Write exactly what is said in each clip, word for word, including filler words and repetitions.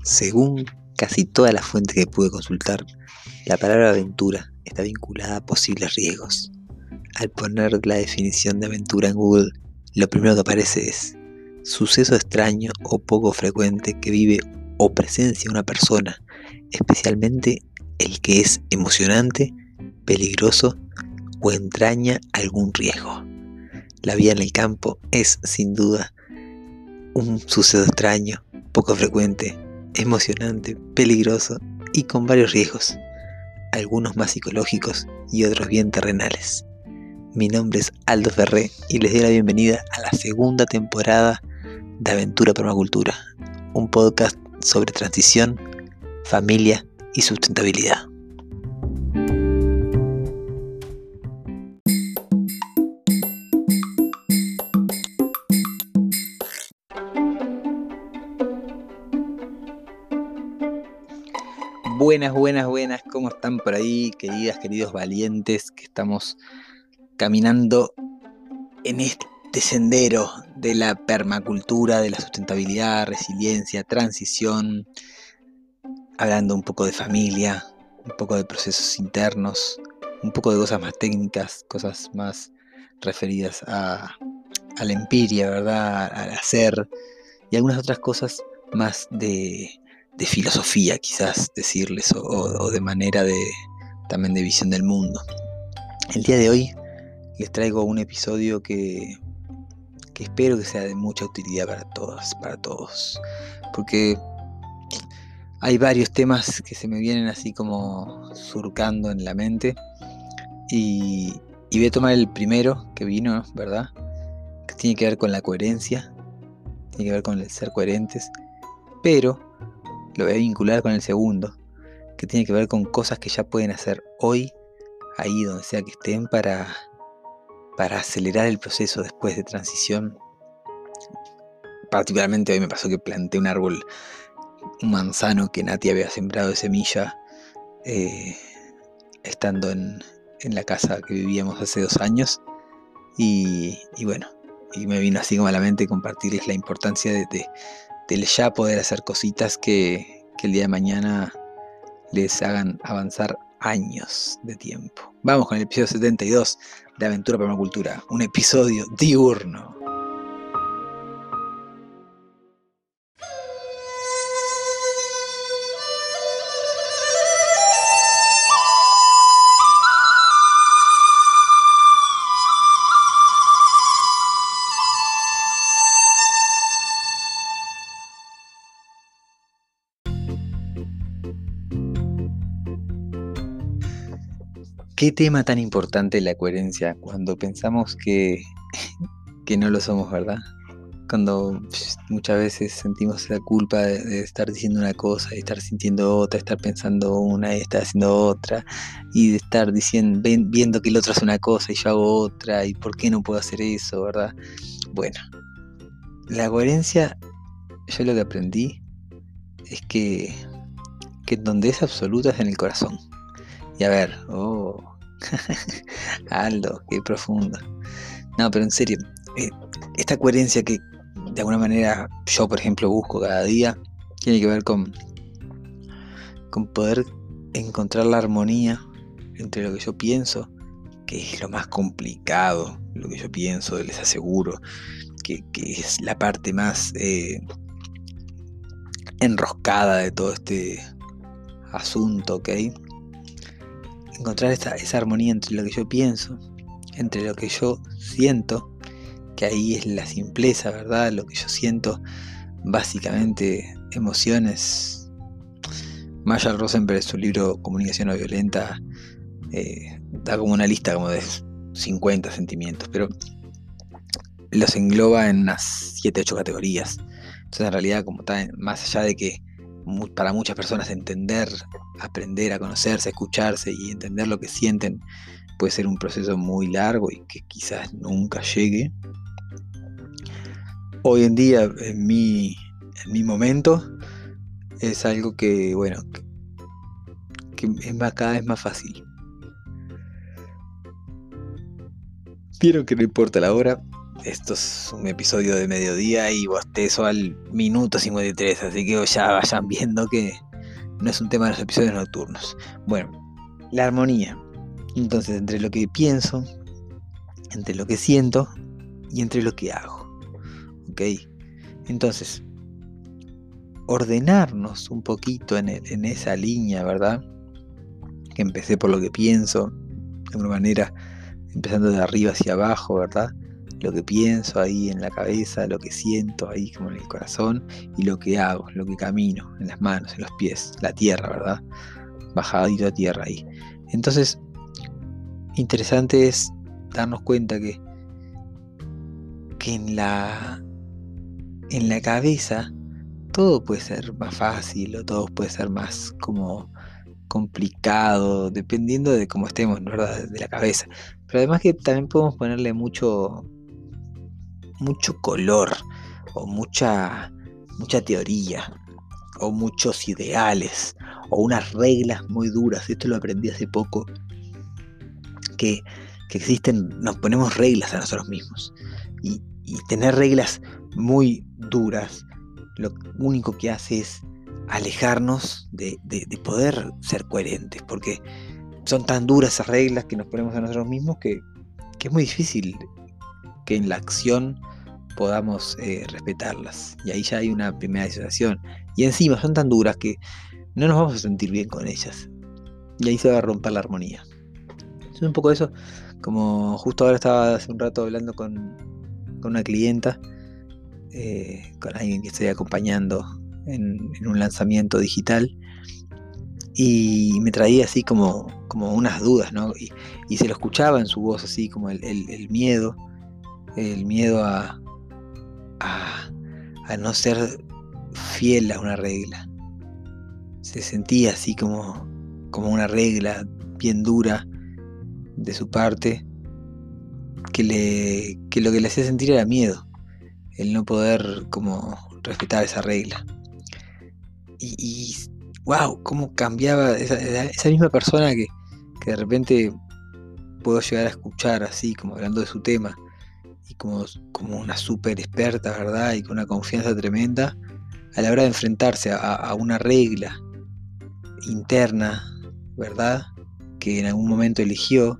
Según casi todas las fuentes que pude consultar, la palabra aventura está vinculada a posibles riesgos. Al poner la definición de aventura en Google, lo primero que aparece es suceso extraño o poco frecuente que vive o presencia una persona, especialmente el que es emocionante, peligroso o entraña algún riesgo. La vida en el campo es, sin duda, un suceso extraño, poco frecuente, emocionante, peligroso y con varios riesgos, algunos más psicológicos y otros bien terrenales. Mi nombre es Aldo Ferré y les doy la bienvenida a la segunda temporada de Aventura Permacultura, un podcast sobre transición, familia y sustentabilidad. Buenas, buenas, buenas, ¿cómo están por ahí, queridas, queridos valientes que estamos caminando en este sendero de la permacultura, de la sustentabilidad, resiliencia, transición, hablando un poco de familia, un poco de procesos internos, un poco de cosas más técnicas, cosas más referidas a, a la empiria, ¿verdad?, al hacer, y algunas otras cosas más de, de filosofía, quizás decirles, o, o de manera de también de visión del mundo. El día de hoy les traigo un episodio que, que espero que sea de mucha utilidad para todas, para todos, porque hay varios temas que se me vienen así como surcando en la mente y, y voy a tomar el primero que vino, ¿verdad?, que tiene que ver con la coherencia, tiene que ver con el ser coherentes, pero lo voy a vincular con el segundo, que tiene que ver con cosas que ya pueden hacer hoy, ahí donde sea que estén, para, para acelerar el proceso después de transición. Particularmente hoy me pasó que planté un árbol, un manzano que Nati había sembrado de semilla, eh, estando en, en la casa que vivíamos hace dos años, y, y bueno, y me vino así como a la mente compartirles la importancia de, de, de ya poder hacer cositas que, que el día de mañana les hagan avanzar años de tiempo. Vamos con el episodio setenta y dos de Aventura Permacultura, un episodio diurno. ¿Qué tema tan importante la coherencia cuando pensamos que, que no lo somos, verdad? Cuando pss, muchas veces sentimos la culpa de, de estar diciendo una cosa y estar sintiendo otra, estar pensando una y estar haciendo otra, y de estar diciendo, ven, viendo que el otro hace una cosa y yo hago otra, y por qué no puedo hacer eso, ¿verdad? Bueno, la coherencia, yo lo que aprendí es que, que donde es absoluta es en el corazón. Y a ver, oh, Aldo, qué profundo. No, pero en serio, eh, esta coherencia que de alguna manera yo, por ejemplo, busco cada día, tiene que ver con, con poder encontrar la armonía entre lo que yo pienso, que es lo más complicado, lo que yo pienso, les aseguro, que, que es la parte más eh, enroscada de todo este asunto, ¿ok? Encontrar esa, esa armonía entre lo que yo pienso, entre lo que yo siento, que ahí es la simpleza, ¿verdad? Lo que yo siento, básicamente, emociones. Marshall Rosenberg, en su libro Comunicación no violenta, eh, da como una lista como de cincuenta sentimientos, pero los engloba en unas siete ocho categorías. Entonces, en realidad, como está, más allá de que para muchas personas entender, aprender a conocerse, a escucharse y entender lo que sienten puede ser un proceso muy largo y que quizás nunca llegue. Hoy en día, en mi, en mi momento, es algo que, bueno, que, que es más, cada vez más fácil. Vieron que no importa la hora, esto es un episodio de mediodía y bostezo al minuto cincuenta y tres, así que ya vayan viendo que no es un tema de los episodios nocturnos. Bueno, la armonía. Entonces, entre lo que pienso, entre lo que siento y entre lo que hago. ¿Ok? Entonces, ordenarnos un poquito en, el, en esa línea, ¿verdad? Que empecé por lo que pienso, de alguna manera, empezando de arriba hacia abajo, ¿verdad? Lo que pienso ahí en la cabeza, lo que siento ahí como en el corazón, y lo que hago, lo que camino, en las manos, en los pies, la tierra, ¿verdad? Bajadito a tierra ahí. Entonces, interesante es darnos cuenta que, que en la, en la cabeza todo puede ser más fácil o todo puede ser más como complicado, dependiendo de cómo estemos, ¿verdad? De la cabeza. Pero además que también podemos ponerle mucho, mucho color o mucha, mucha teoría o muchos ideales o unas reglas muy duras. Esto lo aprendí hace poco, que, que existen, nos ponemos reglas a nosotros mismos y, y tener reglas muy duras lo único que hace es alejarnos de, de, de poder ser coherentes, porque son tan duras esas reglas que nos ponemos a nosotros mismos que, que es muy difícil que en la acción podamos eh, respetarlas, y ahí ya hay una primera disociación, y encima son tan duras que no nos vamos a sentir bien con ellas, y ahí se va a romper la armonía. Es un poco eso, como justo ahora estaba hace un rato hablando con, con una clienta, eh, con alguien que estoy acompañando en, en un lanzamiento digital, y me traía así como, como unas dudas, ¿no? Y, y se lo escuchaba en su voz así como el, el, el miedo, el miedo a, a, a no ser fiel a una regla. Se sentía así como, como una regla bien dura de su parte, que, le, que lo que le hacía sentir era miedo, el no poder como respetar esa regla. Y, y wow, cómo cambiaba esa, esa misma persona que, que de repente puedo llegar a escuchar así, como hablando de su tema, y como, como una súper experta, ¿verdad? Y con una confianza tremenda, a la hora de enfrentarse a, a una regla interna, ¿verdad? Que en algún momento eligió,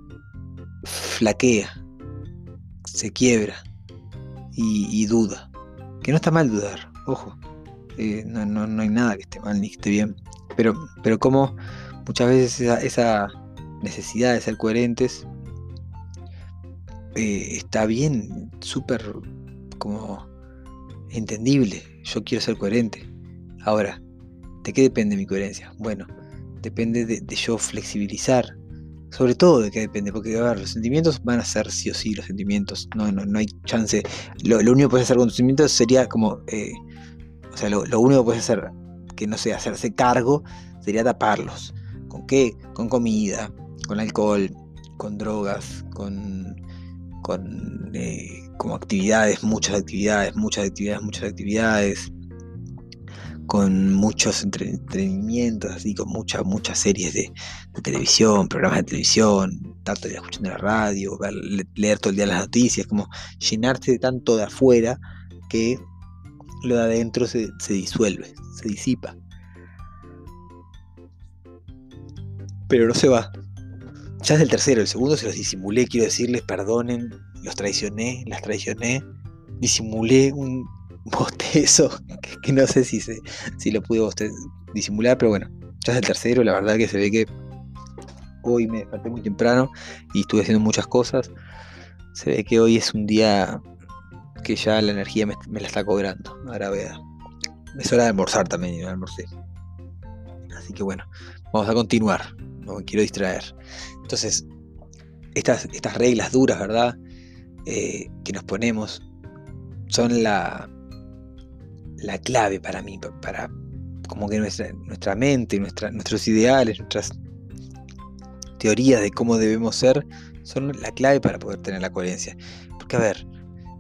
flaquea, se quiebra y, y duda. Que no está mal dudar, ojo. Eh, no, no, no hay nada que esté mal ni que esté bien, pero, pero como muchas veces esa, esa necesidad de ser coherentes eh, está bien, súper como entendible. Yo quiero ser coherente. Ahora, ¿de qué depende mi coherencia? Bueno, depende de, de yo flexibilizar. Sobre todo de qué depende, porque a ver, los sentimientos van a ser sí o sí los sentimientos, no, no, no hay chance. Lo, lo único que puedes hacer con tus sentimientos sería como eh, O sea, lo, lo único que puedes hacer, que no sé, hacerse cargo, sería taparlos. ¿Con qué? Con comida, con alcohol, con drogas, con, con eh, como actividades, muchas actividades, muchas actividades, muchas actividades, con muchos entre- entretenimientos, así, con muchas, muchas series de, de televisión, programas de televisión, estar todo el día escuchando la radio, ver, le- leer todo el día las noticias, como llenarte de tanto de afuera que lo de adentro se, se disuelve, se disipa. Pero no se va. Ya es el tercero, el segundo se los disimulé, quiero decirles, perdonen, los traicioné, las traicioné, disimulé un bostezo que, que no sé si, se, si lo pude boste- disimular, pero bueno, ya es el tercero, la verdad que se ve que hoy me desperté muy temprano y estuve haciendo muchas cosas. Se ve que hoy es un día que ya la energía me, me la está cobrando. Ahora voy a... Es hora de almorzar también, y no almorcé. Así que bueno, vamos a continuar, no me quiero distraer. Entonces, estas, estas reglas duras, ¿verdad? Eh, que nos ponemos son la, la clave para mí, para como que nuestra, nuestra mente, nuestra, nuestros ideales, nuestras teorías de cómo debemos ser, son la clave para poder tener la coherencia. Porque a ver,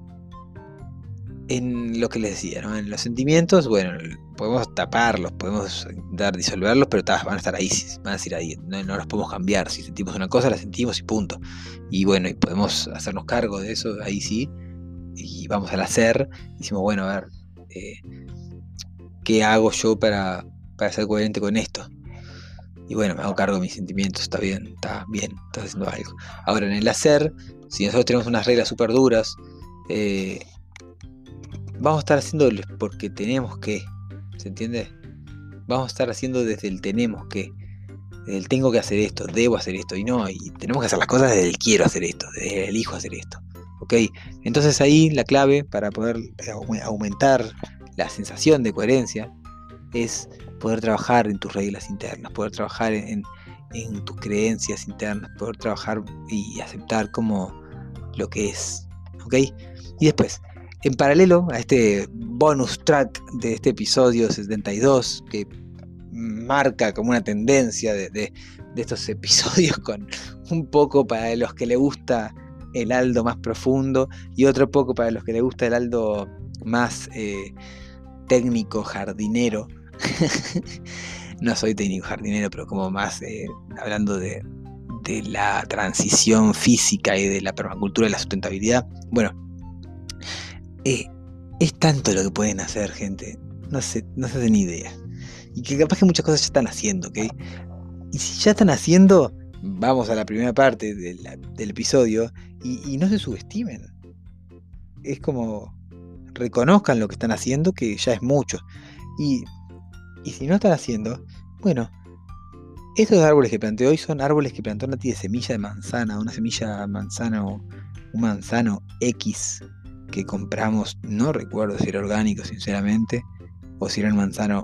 en lo que les decía, ¿no? En los sentimientos, bueno, podemos taparlos, podemos dar disolverlos, pero tas, van a estar ahí, van a estar ahí, no, no los podemos cambiar. Si sentimos una cosa, la sentimos y punto. Y bueno, y podemos hacernos cargo de eso, ahí sí, y vamos al hacer, y decimos, bueno, a ver, eh, ¿qué hago yo para, para ser coherente con esto? Y bueno, me hago cargo de mis sentimientos, está bien, está bien, estás haciendo algo. Ahora, en el hacer, si nosotros tenemos unas reglas súper duras, eh, vamos a estar haciendo porque tenemos que, ¿se entiende? Vamos a estar haciendo desde el tenemos que, desde el tengo que hacer esto, debo hacer esto, y no, y tenemos que hacer las cosas desde el quiero hacer esto, desde el elijo hacer esto, ¿ok? Entonces ahí la clave para poder aumentar la sensación de coherencia es poder trabajar en tus reglas internas, poder trabajar en, en tus creencias internas, poder trabajar y aceptar como lo que es, ¿ok? Y después, en paralelo a este bonus track de este episodio setenta y dos, que marca como una tendencia de, de, de estos episodios con un poco para los que le gusta el Aldo más profundo y otro poco para los que le gusta el Aldo más eh, técnico, jardinero. No soy técnico jardinero, pero como más eh, hablando de, de la transición física y de la permacultura y la sustentabilidad. Bueno, eh, es tanto lo que pueden hacer, gente. No se, no se hacen ni idea. Y que capaz que muchas cosas ya están haciendo, ¿ok? Y si ya están haciendo, vamos a la primera parte de la, del episodio y, y no se subestimen. Es como reconozcan lo que están haciendo, que ya es mucho. Y Y si no están haciendo, bueno, estos árboles que planté hoy son árboles que plantó Nati de semilla de manzana, una semilla manzana o un manzano X que compramos, no recuerdo si era orgánico sinceramente, o si era el manzano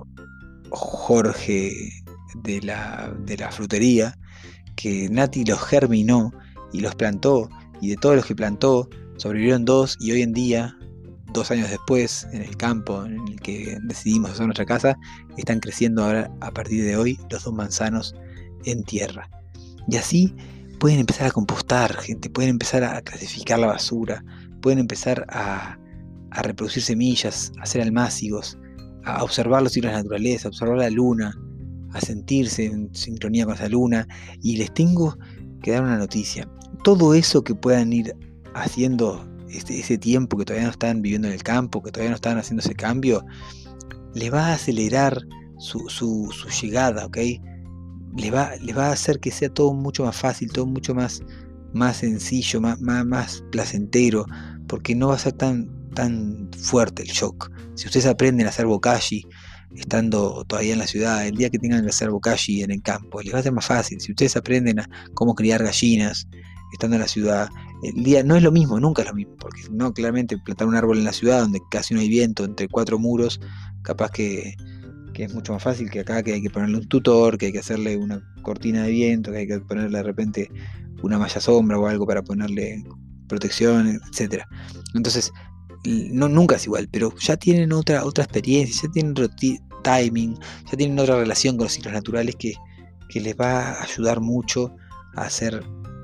Jorge de la, de la frutería, que Nati los germinó y los plantó, y de todos los que plantó sobrevivieron dos, y hoy en día, dos años después, en el campo en el que decidimos hacer nuestra casa, están creciendo ahora, a partir de hoy, los dos manzanos en tierra. Y así pueden empezar a compostar, gente, pueden empezar a clasificar la basura, pueden empezar a, a reproducir semillas, a hacer almácigos, a observar los ciclos de la naturaleza, a observar la luna, a sentirse en sincronía con esa luna. Y les tengo que dar una noticia. Todo eso que puedan ir haciendo Este, ese tiempo que todavía no están viviendo en el campo, que todavía no están haciendo ese cambio, les va a acelerar su, su, su llegada, ¿ok? Les va, les va a hacer que sea todo mucho más fácil, todo mucho más, más sencillo, más, más, más placentero, porque no va a ser tan, tan fuerte el shock. Si ustedes aprenden a hacer bokashi estando todavía en la ciudad, el día que tengan que hacer bokashi en el campo, les va a ser más fácil. Si ustedes aprenden a cómo criar gallinas estando en la ciudad, el día no es lo mismo, nunca es lo mismo, porque no, claramente plantar un árbol en la ciudad donde casi no hay viento, entre cuatro muros, capaz que, que es mucho más fácil que acá, que hay que ponerle un tutor, que hay que hacerle una cortina de viento, que hay que ponerle de repente una malla sombra o algo para ponerle protección, etcétera. Entonces, no, nunca es igual, pero ya tienen otra, otra experiencia, ya tienen otro timing, ya tienen otra relación con los ciclos naturales que, que les va a ayudar mucho a hacer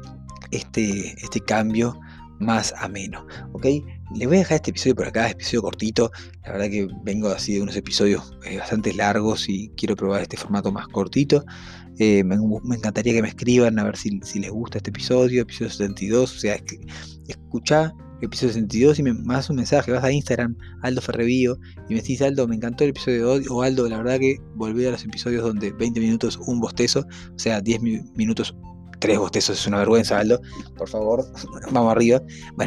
Este, este cambio más ameno, ¿ok? Les voy a dejar este episodio por acá, episodio cortito. La verdad que vengo así de unos episodios eh, bastante largos y quiero probar este formato más cortito. Eh, me, me encantaría que me escriban a ver si, si les gusta este episodio, episodio setenta y dos. O sea, es que, escuchá episodio setenta y dos y me mandas un mensaje, vas a Instagram, Aldo Ferrevío, y me decís, Aldo, me encantó el episodio de hoy, o Aldo, la verdad que volví a los episodios donde veinte minutos un bostezo, o sea, diez minutos tres bostezos es una vergüenza, Aldo. Por favor, vamos arriba. Bueno,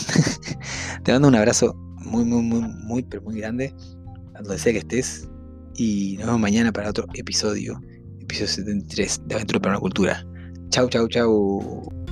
te mando un abrazo muy, muy, muy, muy, pero muy grande, a donde sea que estés. Y nos vemos mañana para otro episodio, episodio setenta y tres de Aventura para una Cultura. Chau, chau, chau.